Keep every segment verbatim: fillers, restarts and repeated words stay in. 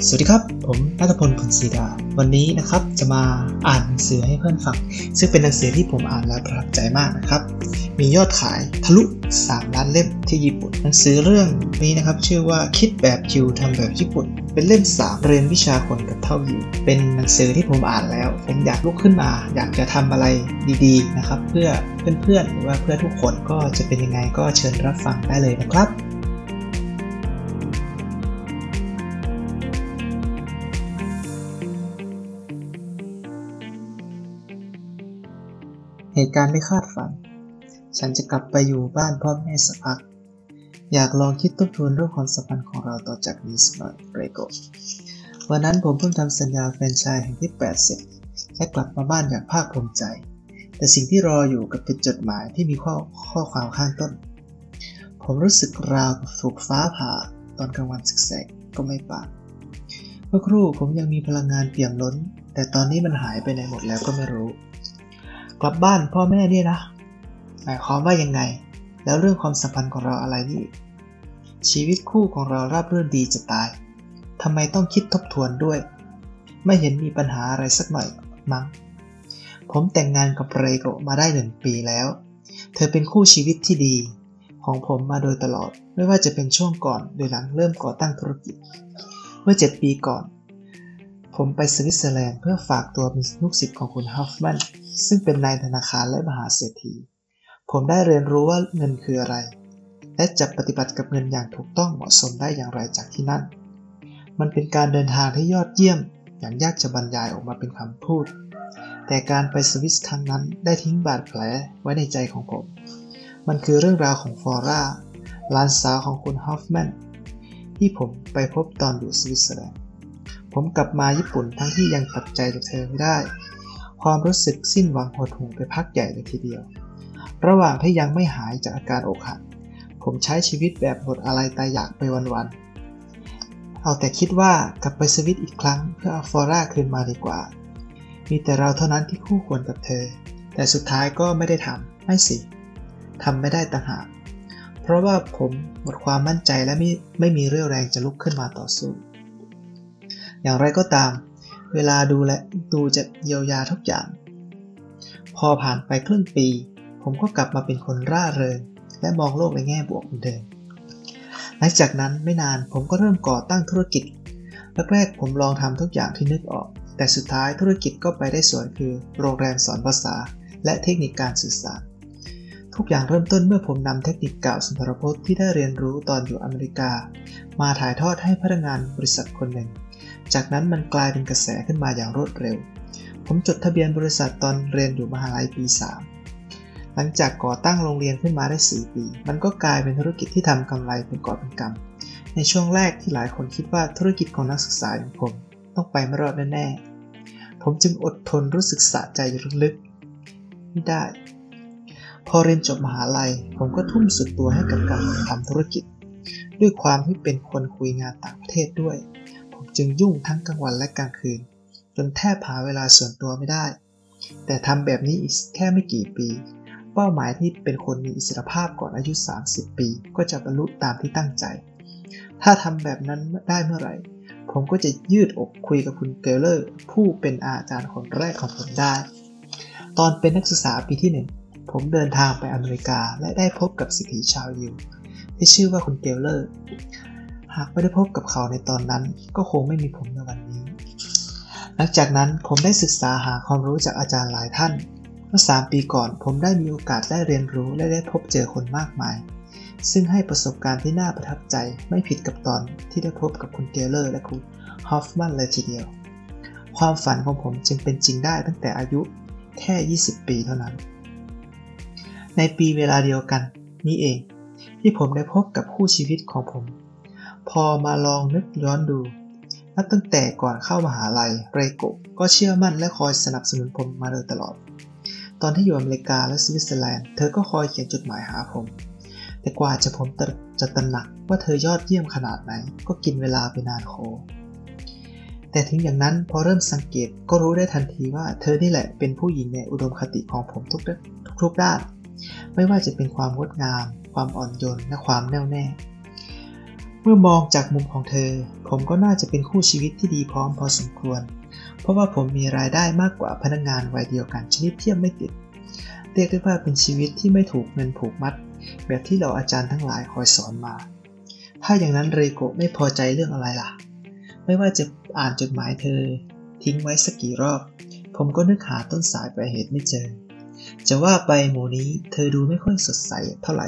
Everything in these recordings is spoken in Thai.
สวัสดีครับผมณัฐพล ผลศรีดาวันนี้นะครับจะมาอ่านหนังสือให้เพื่อนฟังซึ่งเป็นหนังสือที่ผมอ่านแล้วประทับใจมากนะครับมียอดขายทะลุสามล้านเล่มที่ญี่ปุ่นหนังสือเรื่องนี้นะครับชื่อว่าคิดแบบยิวทำแบบญี่ปุ่นเป็นเล่มสามเรียนวิชาคนกับเท่ายิวเป็นหนังสือที่ผมอ่านแล้วผมอยากลุกขึ้นมาอยากจะทำอะไรดีๆนะครับเพื่อเพื่อนๆหรือว่าเพื่อทุกคนก็จะเป็นยังไงก็เชิญรับฟังได้เลยนะครับเหตุการณ์ไม่คาดฝันฉันจะกลับไปอยู่บ้านพ่อแม่สักพักอยากลองคิดทบทวนเรื่องความสัมพันธ์ของเราต่อจากนี้สักหน่อยเรโกวันนั้นผมเพิ่งทำสัญญาแฟรนไชส์แห่งที่แปดเสร็จและกลับมาบ้านอย่างภาคภูมิใจแต่สิ่งที่รออยู่กับเป็นจดหมายที่มีข้อข้อความข้างต้นผมรู้สึกราวกับถูกฟ้าผ่าตอนกลางวันแสกๆก็ไม่ปานเมื่อครู่ผมยังมีพลังงานเปี่ยมล้นแต่ตอนนี้มันหายไปไหนหมดแล้วก็ไม่รู้กลับบ้านพ่อแม่เนี่ยนะหมายความว่ายังไงแล้วเรื่องความสัมพันธ์ของเราอะไรนี่ชีวิตคู่ของเราราบรื่นดีจะตายทำไมต้องคิดทบทวนด้วยไม่เห็นมีปัญหาอะไรสักหน่อยมั้งผมแต่งงานกับเรโกะมาได้หนึ่งปีแล้วเธอเป็นคู่ชีวิตที่ดีของผมมาโดยตลอดไม่ว่าจะเป็นช่วงก่อนหรือหลังเริ่มก่อตั้งธุรกิจเมื่อเจ็ดปีก่อนผมไปสวิตเซอร์แลนด์เพื่อฝากตัวเป็นลูกศิษย์ของคุณฮอฟแมนซึ่งเป็นนายธนาคารและมหาเศรษฐีผมได้เรียนรู้ว่าเงินคืออะไรและจะปฏิบัติกับเงินอย่างถูกต้องเหมาะสมได้อย่างไรจากที่นั่นมันเป็นการเดินทางที่ยอดเยี่ยมอย่างยากจะบรรยายออกมาเป็นคำพูดแต่การไปสวิสครั้งนั้นได้ทิ้งบาดแผลไว้ในใจของผมมันคือเรื่องราวของฟลอร่าหลานสาวของคุณฮอฟแมนที่ผมไปพบตอนอยู่สวิตเซอร์แลนด์ผมกลับมาญี่ปุ่นทั้งที่ยังตัดใจจากเธอไม่ได้ความรู้สึกสิ้นหวังหดหู่ไปพักใหญ่เลยทีเดียวระหว่างที่ยังไม่หายจากอาการอกหักผมใช้ชีวิตแบบหมดอะไรตายอยากไปวันๆเอาแต่คิดว่ากลับไปสวิตอีกครั้งเพื่อเอาฟลอร่าคืนมาดีกว่ามีแต่เราเท่านั้นที่คู่ควรกับเธอแต่สุดท้ายก็ไม่ได้ทำไม่สิทำไม่ได้ต่างหากเพราะว่าผมหมดความมั่นใจและไม่ไม่มีเรี่ยวแรงจะลุกขึ้นมาต่อสู้อย่างไรก็ตามเวลาดูและดูจะเยียวยาทุกอย่างพอผ่านไปครึ่งปีผมก็กลับมาเป็นคนร่าเริงและมองโลกในแง่บวกเหมือนเดิมหลังจากนั้นไม่นานผมก็เริ่มก่อตั้งธุรกิจแรกๆผมลองทำทุกอย่างที่นึกออกแต่สุดท้ายธุรกิจก็ไปได้สวยคือโรงแรมสอนภาษาและเทคนิคการสื่อสารทุกอย่างเริ่มต้นเมื่อผมนำเทคนิคกล่าวสุนทรพจน์ที่ได้เรียนรู้ตอนอยู่อเมริกามาถ่ายทอดให้พนักงานบริษัทคนหนึ่งจากนั้นมันกลายเป็นกระแสขึ้นมาอย่างรวดเร็วผมจดทะเบียนบริษัทตอนเรียนอยู่มหาลัยปีสามหลังจากก่อตั้งโรงเรียนขึ้นมาได้สี่ปีมันก็กลายเป็นธุรกิจที่ทำกำไรเป็นกอบเป็นกำในช่วงแรกที่หลายคนคิดว่าธุรกิจของนักศึกษาอย่างผมต้องไปไม่รอดแน่ๆผมจึงอดทนรู้สึกสะใจลึกๆไม่ได้พอเรียนจบมหาลัยผมก็ทุ่มสุดตัวให้กับการทำธุรกิจด้วยความที่เป็นคนคุยงานต่างประเทศด้วยผมจึงยุ่งทั้งกลางวันและกลางคืนจนแทบหาเวลาส่วนตัวไม่ได้แต่ทำแบบนี้อีกแค่ไม่กี่ปีเป้าหมายที่เป็นคนมีอิสรภาพก่อนอายุสามสิบปีก็จะบรรลุตามที่ตั้งใจถ้าทำแบบนั้นได้เมื่อไหร่ผมก็จะยืดอกคุยกับคุณเกลเลอร์ผู้เป็นอาจารย์คนแรกของผมได้ตอนเป็นนักศึกษาปีที่หนึ่งผมเดินทางไปอเมริกาและได้พบกับศิษย์ชาวยิวที่ชื่อว่าคุณเกลเลอร์หากไม่ได้พบกับเขาในตอนนั้นก็คงไม่มีผมในวันนี้หลังจากนั้นผมได้ศึกษาหาความรู้จากอาจารย์หลายท่านเมื่อสามปีก่อนผมได้มีโอกาสได้เรียนรู้และได้พบเจอคนมากมายซึ่งให้ประสบการณ์ที่น่าประทับใจไม่ผิดกับตอนที่ได้พบกับคุณเกลเลอร์และคุณฮอฟแมนเลยทีเดียวความฝันของผมจึงเป็นจริงได้ตั้งแต่อายุแค่ยี่สิบปีเท่านั้นในปีเวลาเดียวกันนี้เองที่ผมได้พบกับคู่ชีวิตของผมพอมาลองนึกย้อนดูนับตั้งแต่ก่อนเข้ามหาลัยเรโกะก็เชื่อมั่นและคอยสนับสนุนผมมาโดยตลอดตอนที่อยู่อเมริกาและสวิตเซอร์แลนด์เธอก็คอยเขียนจดหมายหาผมแต่กว่าจะผมจะตระหนักว่าเธอยอดเยี่ยมขนาดไหนก็กินเวลาไปนานโคแต่ถึงอย่างนั้นพอเริ่มสังเกตก็รู้ได้ทันทีว่าเธอนี่แหละเป็นผู้หญิงในอุดมคติของผมทุกทุกด้านไม่ว่าจะเป็นความงดงามความอ่อนโยนและความแน่วแน่เมื่อมองจากมุมของเธอผมก็น่าจะเป็นคู่ชีวิตที่ดีพร้อมพอสมควรเพราะว่าผมมีรายได้มากกว่าพนักงานวัยเดียวกันชนิดเทียบไม่ติดเรียกได้ว่าเป็นชีวิตที่ไม่ถูกเงินผูกมัดแบบที่เราอาจารย์ทั้งหลายคอยสอนมาถ้าอย่างนั้นเรโกะไม่พอใจเรื่องอะไรล่ะไม่ว่าจะอ่านจดหมายเธอทิ้งไว้สักกี่รอบผมก็นึกหาต้นสายปลายเหตุไม่เจอจะว่าไปหมู่นี้เธอดูไม่ค่อยสดใสเท่าไหร่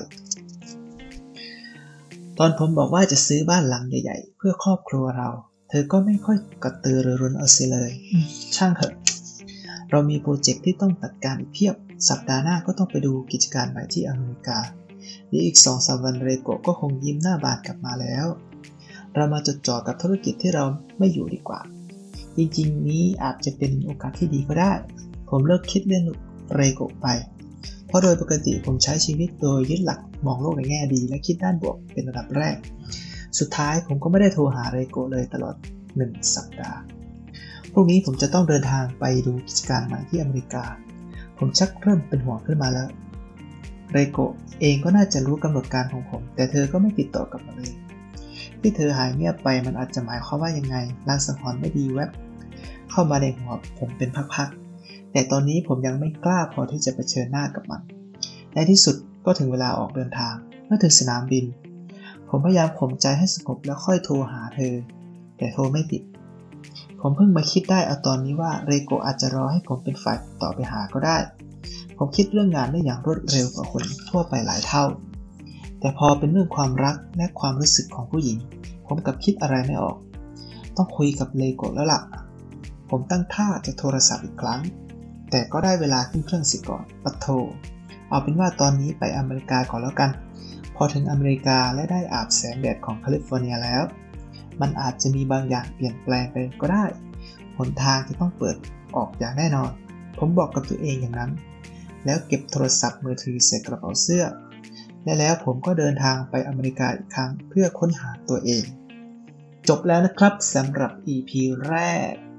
ตอนผมบอกว่าจะซื้อบ้านหลังใหญ่ๆเพื่อครอบครัวเราเธอก็ไม่ค่อยกระตือรือร้นเอาเสียเลยช่างเถอะเรามีโปรเจกต์ที่ต้องจัดการอีกเพียบสัปดาห์หน้าก็ต้องไปดูกิจการใหม่ที่อเมริกาและอีก สองสาม วันเรโกะก็คงยิ้มหน้าบานกลับมาแล้วเรามาจดจ่อกับธุรกิจที่เราไม่อยู่ดีกว่าจริงๆนี้อาจจะเป็นโอกาสที่ดีก็ได้ผมเลิกคิดเรื่องเรโกะไปเพราะโดยปกติผมใช้ชีวิตโดยยึดหลักมองโลกในแง่ดีและคิดด้านบวกเป็นระดับแรกสุดท้ายผมก็ไม่ได้โทรหาเรโกะเลยตลอดหนึ่งสัปดาห์พรุ่งนี้ผมจะต้องเดินทางไปดูกิจการใหม่ที่อเมริกาผมชักเริ่มเป็นห่วงขึ้นมาแล้วเรโกะเองก็น่าจะรู้กำหนดการของผมแต่เธอก็ไม่ติดต่อกลับมาเลยที่เธอหายเงียบไปมันอาจจะหมายความว่ายังไงลางสังหรณ์ไม่ดีแวบเข้ามาในหัวผมเป็นพักๆแต่ตอนนี้ผมยังไม่กล้าพอที่จะเผชิญหน้ากับมันในที่สุดก็ถึงเวลาออกเดินทางเมื่อถึงสนามบินผมพยายามข่มใจให้สงบแล้วค่อยโทรหาเธอแต่โทรไม่ติดผมเพิ่งมาคิดได้เอาตอนนี้ว่าเรโกะอาจจะรอให้ผมเป็นฝ่ายต่อไปหาก็ได้ผมคิดเรื่องงานได้อย่างรวดเร็วกว่าคนทั่วไปหลายเท่าแต่พอเป็นเรื่องความรักและความรู้สึกของผู้หญิงผมกลับคิดอะไรไม่ออกต้องคุยกับเรโกะแล้วล่ะผมตั้งท่าจะโทรศัพท์อีกครั้งแต่ก็ได้เวลาขึ้นเครื่องเสียก่อนปัดโทเอาเป็นว่าตอนนี้ไปอเมริกาก่อนแล้วกันพอถึงอเมริกาและได้อาบแสงแดดของแคลิฟอร์เนียแล้วมันอาจจะมีบางอย่างเปลี่ยนแปลงไปก็ได้หนทางจะต้องเปิดออกอย่างแน่นอนผมบอกกับตัวเองอย่างนั้นแล้วเก็บโทรศัพท์มือถือใส่กระเป๋าเสื้อและแล้วผมก็เดินทางไปอเมริกาอีกครั้งเพื่อค้นหาตัวเองจบแล้วนะครับสำหรับ อี พี แรก